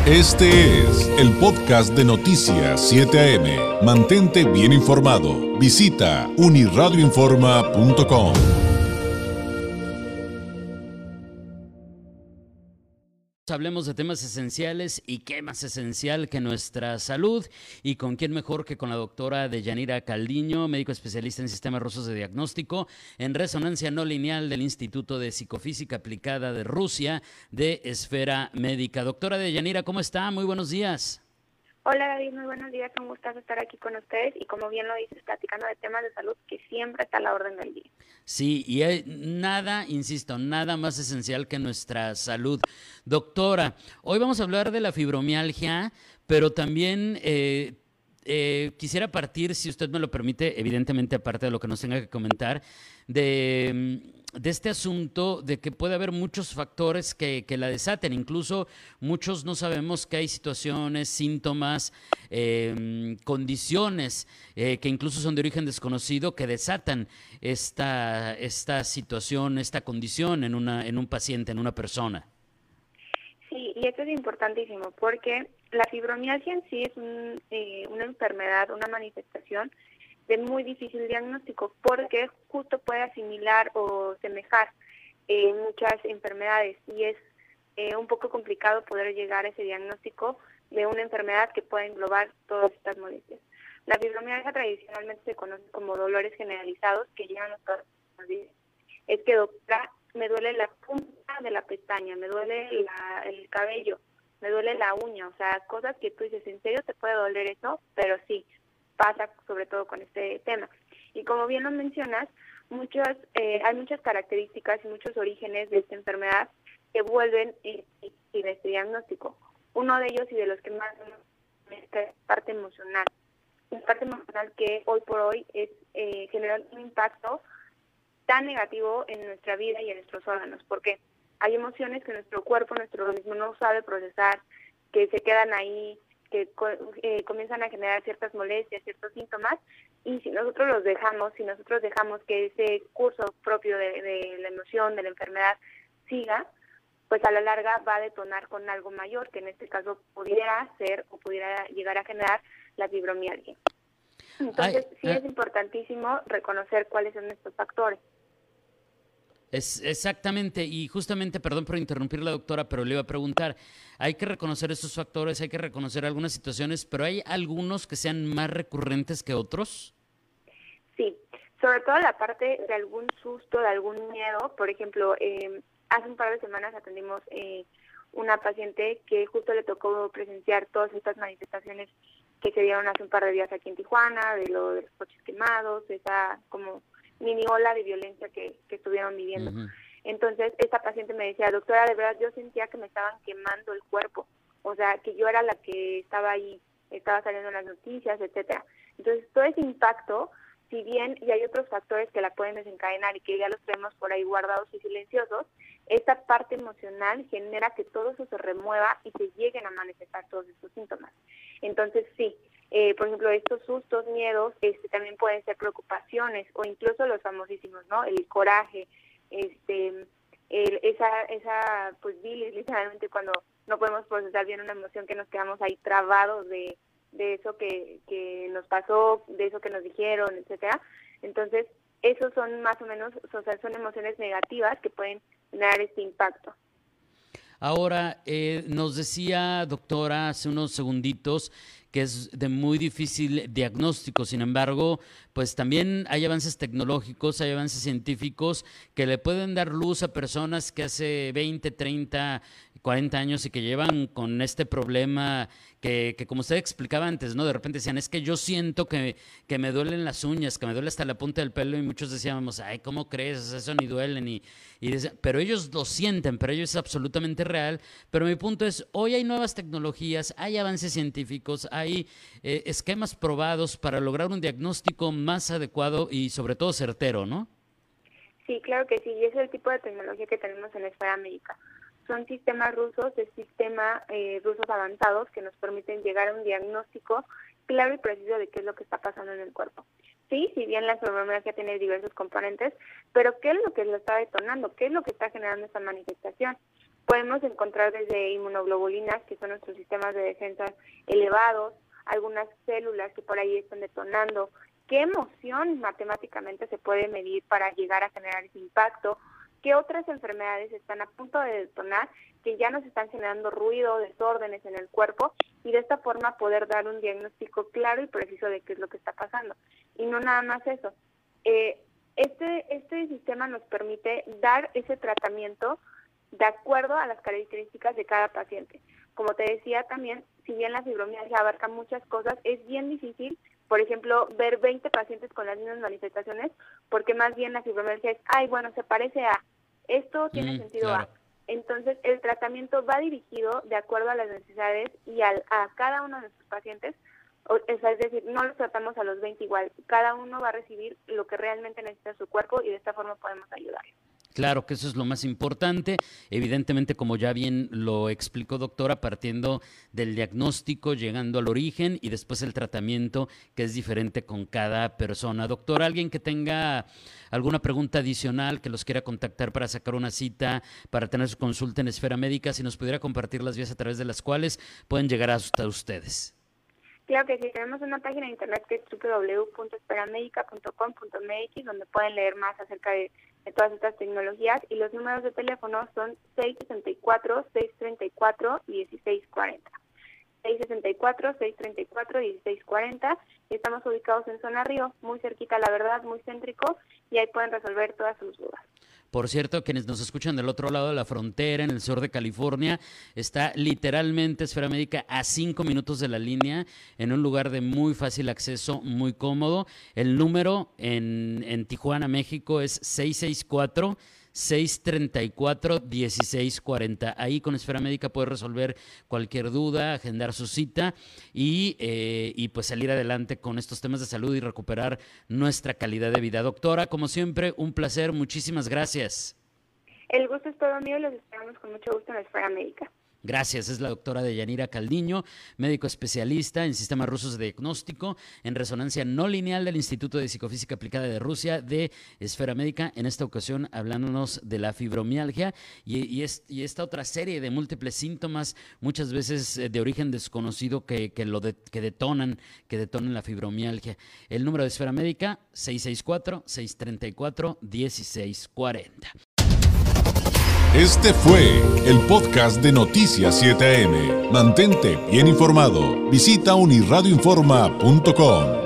Este es el podcast de Noticias 7 AM. Mantente bien informado. Visita uniradioinforma.com. Hablemos de temas esenciales y qué más esencial que nuestra salud, y con quién mejor que con la doctora Deyanira Caldiño, médico especialista en sistemas rusos de diagnóstico en resonancia no lineal del Instituto de Psicofísica Aplicada de Rusia de Esfera Médica. Doctora Deyanira, ¿cómo está? Muy buenos días. Hola David, muy buenos días, un gustazo estar aquí con ustedes y como bien lo dices, platicando de temas de salud que siempre está a la orden del día. Sí, y hay nada, insisto, nada más esencial que nuestra salud. Doctora, hoy vamos a hablar de la fibromialgia, pero también quisiera partir, si usted me lo permite, evidentemente aparte de lo que nos tenga que comentar, de este asunto de que puede haber muchos factores que la desaten. Incluso muchos no sabemos que hay situaciones, síntomas, condiciones que incluso son de origen desconocido que desatan esta situación, esta condición en un paciente, en una persona. Sí, y esto es importantísimo porque la fibromialgia en sí es una enfermedad, una manifestación de muy difícil diagnóstico porque justo puede asimilar o semejar muchas enfermedades y es un poco complicado poder llegar a ese diagnóstico de una enfermedad que pueda englobar todas estas molestias. La fibromialgia tradicionalmente se conoce como dolores generalizados que llegan a todos los días. Es que, doctora, me duele la punta de la pestaña, me duele el cabello, me duele la uña, o sea, cosas que tú dices, ¿en serio te puede doler eso? Pero sí, pasa sobre todo con este tema. Y como bien lo mencionas, hay muchas características y muchos orígenes de esta enfermedad que vuelven en este diagnóstico. Uno de ellos y de los que más es la parte emocional. La parte emocional que hoy por hoy es genera un impacto tan negativo en nuestra vida y en nuestros órganos, porque hay emociones que nuestro cuerpo, nuestro organismo no sabe procesar, que se quedan ahí, que comienzan a generar ciertas molestias, ciertos síntomas, y si nosotros si nosotros dejamos que ese curso propio de la emoción, de la enfermedad, siga, pues a la larga va a detonar con algo mayor, que en este caso pudiera ser o pudiera llegar a generar la fibromialgia. Entonces, es importantísimo reconocer cuáles son estos factores. Exactamente, y justamente, perdón por interrumpir la doctora, pero le iba a preguntar, hay que reconocer estos factores, hay que reconocer algunas situaciones, pero ¿hay algunos que sean más recurrentes que otros? Sí, sobre todo la parte de algún susto, de algún miedo. Por ejemplo, hace un par de semanas atendimos una paciente que justo le tocó presenciar todas estas manifestaciones que se dieron hace un par de días aquí en Tijuana, de los coches quemados, esa como mini ola de violencia que estuvieron viviendo. Uh-huh. Entonces, esta paciente me decía, doctora, de verdad yo sentía que me estaban quemando el cuerpo, o sea, que yo era la que estaba ahí, estaba saliendo en las noticias, etcétera. Entonces, todo ese impacto, si bien y hay otros factores que la pueden desencadenar y que ya los tenemos por ahí guardados y silenciosos, esta parte emocional genera que todo eso se remueva y se lleguen a manifestar todos estos síntomas. Entonces, sí, por ejemplo, estos sustos, miedos, también pueden ser preocupaciones o incluso los famosísimos, ¿no? El coraje, esa pues bilis, literalmente cuando no podemos procesar bien una emoción, que nos quedamos ahí trabados de eso que nos pasó, de eso que nos dijeron, etcétera. Entonces, esos son más o menos, o sea, son emociones negativas que pueden generar este impacto. Ahora, nos decía, doctora, hace unos segunditos, que es de muy difícil diagnóstico. Sin embargo, pues también hay avances tecnológicos, hay avances científicos que le pueden dar luz a personas que hace 20, 30, 40 años y que llevan con este problema que como usted explicaba antes, ¿no? De repente decían, es que yo siento que me duelen las uñas, que me duele hasta la punta del pelo, y muchos decíamos, ay, ¿cómo crees? Eso ni duelen. Pero ellos lo sienten, para ellos es absolutamente real. Pero mi punto es, hoy hay nuevas tecnologías, hay avances científicos, hay esquemas probados para lograr un diagnóstico más adecuado y sobre todo certero, ¿no? Sí, claro que sí, y ese es el tipo de tecnología que tenemos en la esfera médica. Son sistemas rusos, rusos avanzados que nos permiten llegar a un diagnóstico claro y preciso de qué es lo que está pasando en el cuerpo. Sí, si bien la fibromialgia tiene diversos componentes, pero ¿qué es lo que lo está detonando? ¿Qué es lo que está generando esta manifestación? Podemos encontrar desde inmunoglobulinas, que son nuestros sistemas de defensa elevados, algunas células que por ahí están detonando. ¿Qué emoción matemáticamente se puede medir para llegar a generar ese impacto? ¿Qué otras enfermedades están a punto de detonar que ya nos están generando ruido, desórdenes en el cuerpo, y de esta forma poder dar un diagnóstico claro y preciso de qué es lo que está pasando? Y no nada más eso. Este sistema nos permite dar ese tratamiento de acuerdo a las características de cada paciente. Como te decía también, si bien la fibromialgia abarca muchas cosas, es bien difícil, por ejemplo, ver 20 pacientes con las mismas manifestaciones, porque más bien la fibromialgia es, se parece a, esto tiene sentido claro. a. Entonces, el tratamiento va dirigido de acuerdo a las necesidades y a cada uno de nuestros pacientes. Es decir, no los tratamos a los 20 igual. Cada uno va a recibir lo que realmente necesita su cuerpo y de esta forma podemos ayudar. Claro que eso es lo más importante. Evidentemente, como ya bien lo explicó, doctora, partiendo del diagnóstico, llegando al origen y después el tratamiento, que es diferente con cada persona. Doctora, alguien que tenga alguna pregunta adicional, que los quiera contactar para sacar una cita, para tener su consulta en Esfera Médica, si nos pudiera compartir las vías a través de las cuales pueden llegar hasta ustedes. Claro que sí, tenemos una página de internet que es www.esferamedica.com.mx, donde pueden leer más acerca de todas estas tecnologías, y los números de teléfono son 664-634-1640. 664-634-1640, y estamos ubicados en Zona Río, muy cerquita, la verdad, muy céntrico, y ahí pueden resolver todas sus dudas. Por cierto, quienes nos escuchan del otro lado de la frontera, en el sur de California, está literalmente Esfera Médica a 5 minutos de la línea, en un lugar de muy fácil acceso, muy cómodo. El número en Tijuana, México, es 664-634-1640. Ahí con Esfera Médica puede resolver cualquier duda, agendar su cita y pues salir adelante con estos temas de salud y recuperar nuestra calidad de vida. Doctora, como siempre, un placer. Muchísimas gracias. El gusto es todo mío y los esperamos con mucho gusto en Esfera Médica. Gracias, es la doctora Deyanira Caldiño, médico especialista en sistemas rusos de diagnóstico en resonancia no lineal del Instituto de Psicofísica Aplicada de Rusia de Esfera Médica, en esta ocasión hablándonos de la fibromialgia y esta otra serie de múltiples síntomas, muchas veces de origen desconocido que detonan la fibromialgia. El número de Esfera Médica, 664-634-1640. Este fue el podcast de Noticias 7am. Mantente bien informado. Visita unirradioinforma.com.